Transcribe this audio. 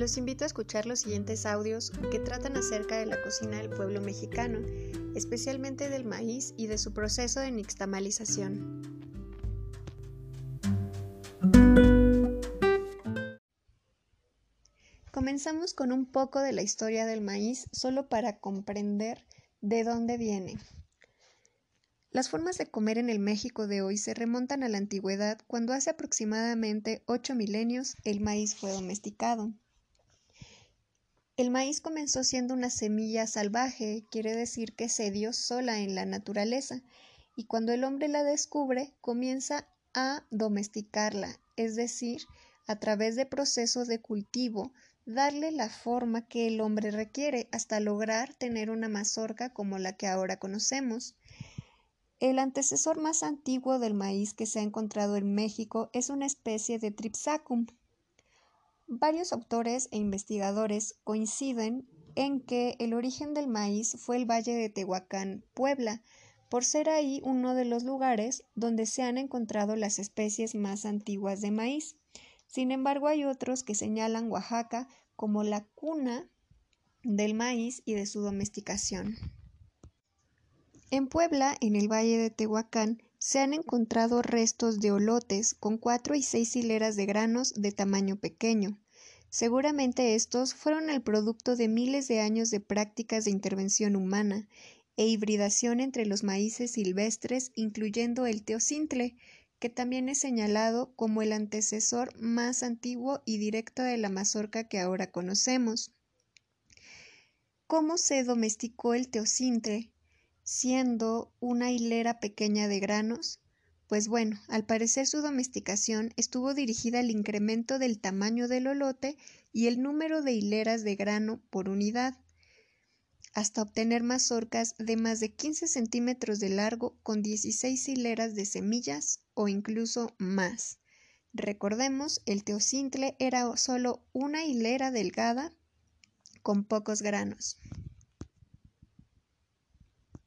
Los invito a escuchar los siguientes audios que tratan acerca de la cocina del pueblo mexicano, especialmente del maíz y de su proceso de nixtamalización. Comenzamos con un poco de la historia del maíz solo para comprender de dónde viene. Las formas de comer en el México de hoy se remontan a la antigüedad, cuando hace aproximadamente 8 milenios el maíz fue domesticado. El maíz comenzó siendo una semilla salvaje, quiere decir que se dio sola en la naturaleza, y cuando el hombre la descubre, comienza a domesticarla, es decir, a través de procesos de cultivo, darle la forma que el hombre requiere hasta lograr tener una mazorca como la que ahora conocemos. El antecesor más antiguo del maíz que se ha encontrado en México es una especie de Tripsacum. Varios autores e investigadores coinciden en que el origen del maíz fue el Valle de Tehuacán, Puebla, por ser ahí uno de los lugares donde se han encontrado las especies más antiguas de maíz. Sin embargo, hay otros que señalan Oaxaca como la cuna del maíz y de su domesticación. En Puebla, en el Valle de Tehuacán, se han encontrado restos de olotes con 4 y 6 hileras de granos de tamaño pequeño. Seguramente estos fueron el producto de miles de años de prácticas de intervención humana e hibridación entre los maíces silvestres, incluyendo el teocintle, que también es señalado como el antecesor más antiguo y directo de la mazorca que ahora conocemos. ¿Cómo se domesticó el teocintle, siendo una hilera pequeña de granos? Pues bueno, al parecer su domesticación estuvo dirigida al incremento del tamaño del olote y el número de hileras de grano por unidad, hasta obtener mazorcas de más de 15 centímetros de largo con 16 hileras de semillas o incluso más. Recordemos, el teocintle era solo una hilera delgada con pocos granos.